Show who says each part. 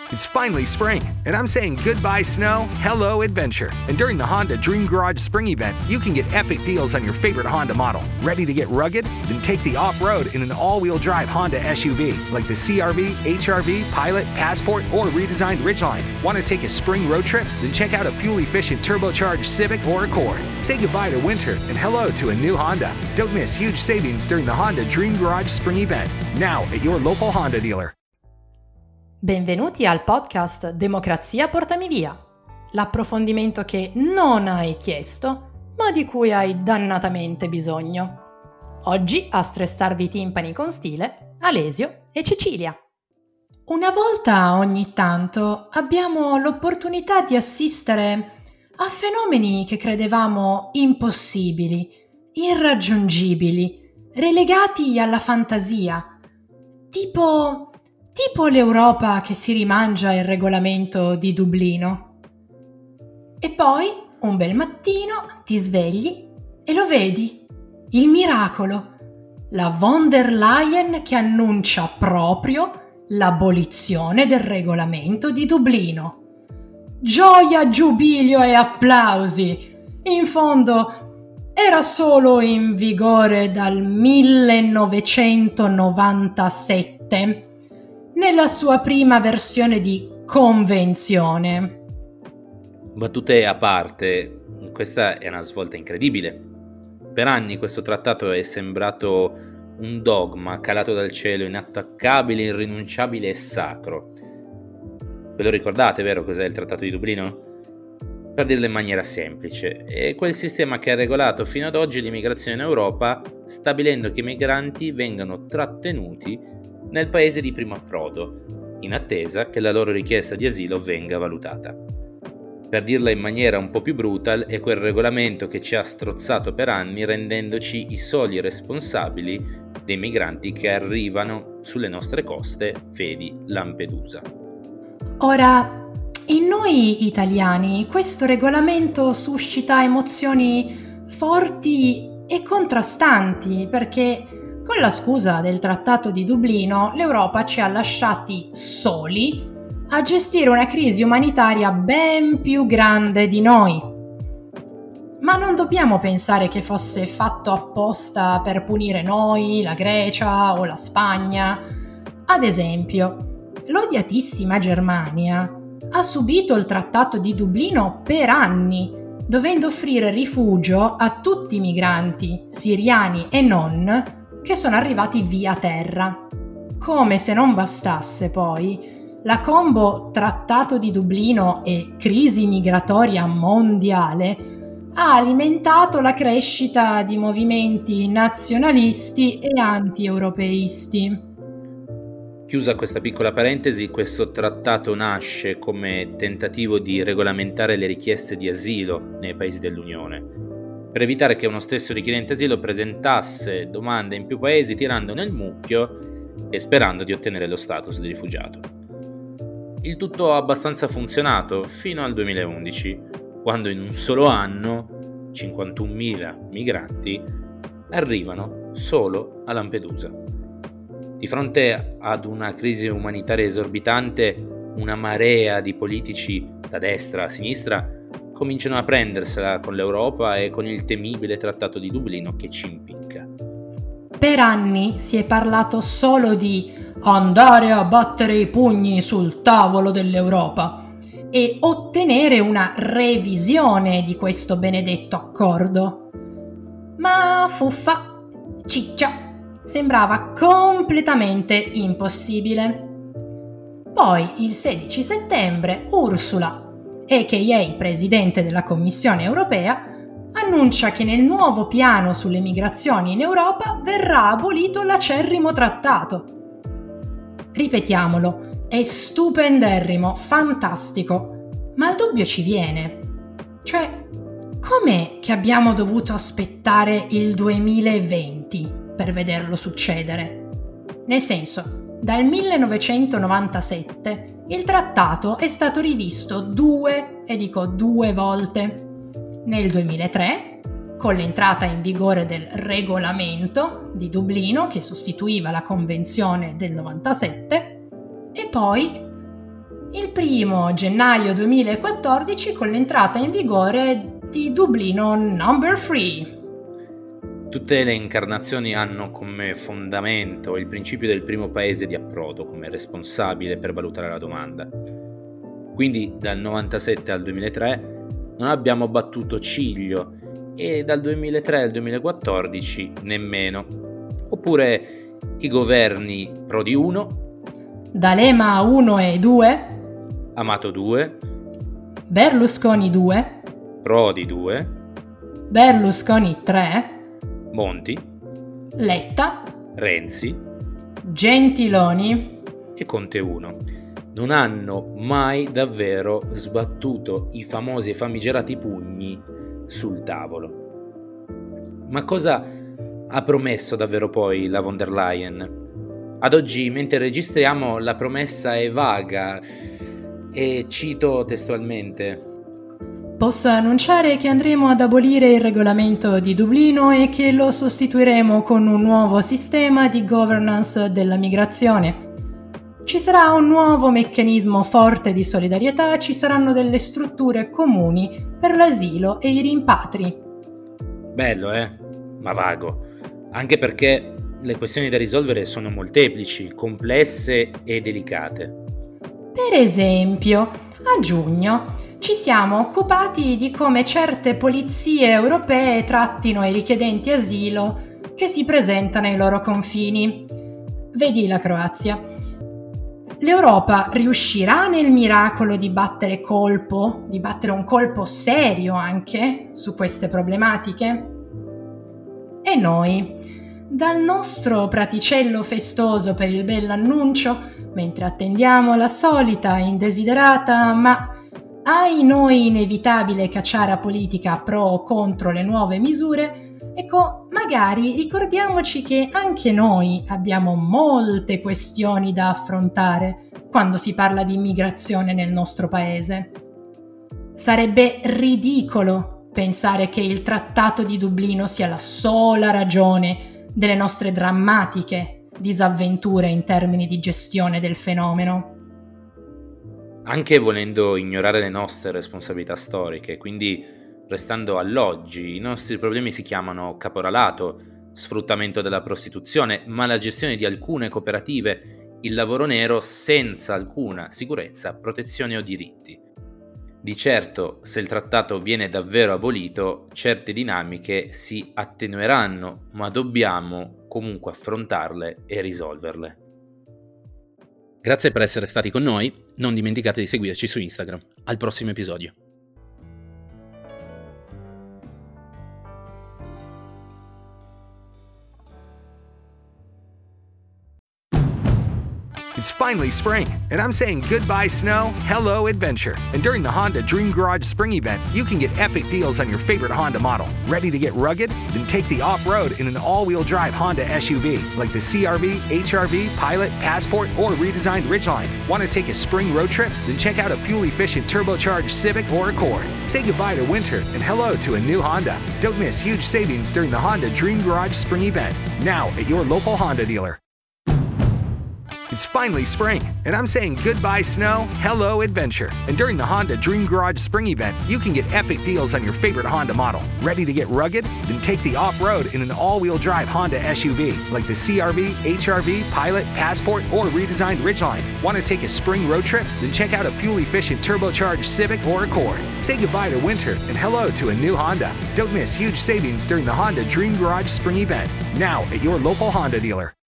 Speaker 1: It's finally spring, and I'm saying goodbye snow, hello adventure. And during the Honda Dream Garage Spring Event, you can get epic deals on your favorite Honda model. Ready to get rugged? Then take the off-road in an all-wheel drive Honda SUV, like the CR-V, HR-V, Pilot, Passport, or redesigned Ridgeline. Want to take a spring road trip? Then check out a fuel-efficient turbocharged Civic or Accord. Say goodbye to winter and hello to a new Honda. Don't miss huge savings during the Honda Dream Garage Spring Event, now at your local Honda dealer.
Speaker 2: Benvenuti al podcast Democrazia Portami Via, l'approfondimento che non hai chiesto, ma di cui hai dannatamente bisogno. Oggi a stressarvi i timpani con stile, Alesio e Cecilia. Una volta ogni tanto abbiamo l'opportunità di assistere a fenomeni che credevamo impossibili, irraggiungibili, relegati alla fantasia, tipo l'Europa che si rimangia il regolamento di Dublino. E poi, un bel mattino, ti svegli e lo vedi, il miracolo, la von der Leyen che annuncia proprio l'abolizione del regolamento di Dublino. Gioia, giubilio e applausi! In fondo, era solo in vigore dal 1997, nella sua prima versione di convenzione.
Speaker 3: Battute a parte, questa è una svolta incredibile. Per anni questo trattato è sembrato un dogma calato dal cielo, inattaccabile, irrinunciabile e sacro. Ve lo ricordate, vero, cos'è il Trattato di Dublino? Per dirlo in maniera semplice, è quel sistema che ha regolato fino ad oggi l'immigrazione in Europa, stabilendo che i migranti vengano trattenuti nel paese di primo approdo, in attesa che la loro richiesta di asilo venga valutata. Per dirla in maniera un po' più brutal, è quel regolamento che ci ha strozzato per anni, rendendoci i soli responsabili dei migranti che arrivano sulle nostre coste, vedi Lampedusa.
Speaker 2: Ora, in noi italiani questo regolamento suscita emozioni forti e contrastanti, perché con la scusa del Trattato di Dublino, l'Europa ci ha lasciati soli a gestire una crisi umanitaria ben più grande di noi. Ma non dobbiamo pensare che fosse fatto apposta per punire noi, la Grecia o la Spagna. Ad esempio, l'odiatissima Germania ha subito il Trattato di Dublino per anni, dovendo offrire rifugio a tutti i migranti, siriani e non, che sono arrivati via terra. Come se non bastasse poi, la combo Trattato di Dublino e crisi migratoria mondiale ha alimentato la crescita di movimenti nazionalisti e anti-europeisti.
Speaker 3: Chiusa questa piccola parentesi, questo trattato nasce come tentativo di regolamentare le richieste di asilo nei paesi dell'Unione, per evitare che uno stesso richiedente asilo presentasse domande in più paesi tirando nel mucchio e sperando di ottenere lo status di rifugiato. Il tutto ha abbastanza funzionato fino al 2011, quando in un solo anno 51.000 migranti arrivano solo a Lampedusa. Di fronte ad una crisi umanitaria esorbitante, una marea di politici da destra a sinistra cominciano a prendersela con l'Europa e con il temibile Trattato di Dublino che ci impicca.
Speaker 2: Per anni si è parlato solo di andare a battere i pugni sul tavolo dell'Europa e ottenere una revisione di questo benedetto accordo. Ma fuffa, ciccia, sembrava completamente impossibile. Poi il 16 settembre Ursula, a.k.a. presidente della Commissione europea, annuncia che nel nuovo piano sulle migrazioni in Europa verrà abolito l'acerrimo trattato. Ripetiamolo, è stupenderrimo, fantastico, ma il dubbio ci viene. Cioè, com'è che abbiamo dovuto aspettare il 2020 per vederlo succedere? Nel senso, dal 1997 il trattato è stato rivisto due volte. Nel 2003, con l'entrata in vigore del regolamento di Dublino che sostituiva la Convenzione del 97, e poi Il 1 gennaio 2014 con l'entrata in vigore di Dublino Number 3.
Speaker 3: Tutte le incarnazioni hanno come fondamento il principio del primo paese di approdo come responsabile per valutare la domanda. Quindi dal 97 al 2003 non abbiamo battuto ciglio e dal 2003 al 2014 nemmeno. Oppure i governi Prodi 1,
Speaker 2: D'Alema 1 e 2,
Speaker 3: Amato 2,
Speaker 2: Berlusconi 2,
Speaker 3: Prodi 2,
Speaker 2: Berlusconi 3,
Speaker 3: Monti,
Speaker 2: Letta,
Speaker 3: Renzi
Speaker 2: Gentiloni
Speaker 3: e Conte 1 non hanno mai davvero sbattuto i famosi e famigerati pugni sul tavolo. Ma cosa ha promesso davvero poi la von der Leyen? Ad oggi, mentre registriamo, la promessa è vaga e cito testualmente:
Speaker 2: Posso annunciare che andremo ad abolire il regolamento di Dublino e che lo sostituiremo con un nuovo sistema di governance della migrazione. Ci sarà un nuovo meccanismo forte di solidarietà, ci saranno delle strutture comuni per l'asilo e i rimpatri.
Speaker 3: Bello, ma vago. Anche perché le questioni da risolvere sono molteplici, complesse e delicate.
Speaker 2: Per esempio, a giugno ci siamo occupati di come certe polizie europee trattino i richiedenti asilo che si presentano ai loro confini. Vedi la Croazia. L'Europa riuscirà nel miracolo di battere un colpo serio anche su queste problematiche? E noi, dal nostro praticello festoso per il bell'annuncio, mentre attendiamo la solita indesiderata ma ai noi inevitabile cacciara politica pro o contro le nuove misure, ecco, magari ricordiamoci che anche noi abbiamo molte questioni da affrontare quando si parla di immigrazione nel nostro paese. Sarebbe ridicolo pensare che il Trattato di Dublino sia la sola ragione delle nostre drammatiche disavventure in termini di gestione del fenomeno.
Speaker 3: Anche volendo ignorare le nostre responsabilità storiche, quindi restando all'oggi, i nostri problemi si chiamano caporalato, sfruttamento della prostituzione, mala gestione di alcune cooperative, il lavoro nero senza alcuna sicurezza, protezione o diritti. Di certo, se il trattato viene davvero abolito, certe dinamiche si attenueranno, ma dobbiamo comunque affrontarle e risolverle. Grazie per essere stati con noi, non dimenticate di seguirci su Instagram. Al prossimo episodio.
Speaker 1: It's finally spring, and I'm saying goodbye snow, hello adventure. And during the Honda Dream Garage Spring Event, you can get epic deals on your favorite Honda model. Ready to get rugged? Then take the off-road in an all-wheel drive Honda SUV, like the CR-V, HR-V, Pilot, Passport, or redesigned Ridgeline. Want to take a spring road trip? Then check out a fuel-efficient turbocharged Civic or Accord. Say goodbye to winter and hello to a new Honda. Don't miss huge savings during the Honda Dream Garage Spring Event, now at your local Honda dealer. It's finally spring, and I'm saying goodbye snow, hello adventure. And during the Honda Dream Garage Spring Event, you can get epic deals on your favorite Honda model. Ready to get rugged? Then take the off-road in an all-wheel drive Honda SUV, like the CR-V, HR-V, Pilot, Passport, or redesigned Ridgeline. Want to take a spring road trip? Then check out a fuel-efficient turbocharged Civic or Accord. Say goodbye to winter and hello to a new Honda. Don't miss huge savings during the Honda Dream Garage Spring Event, now at your local Honda dealer.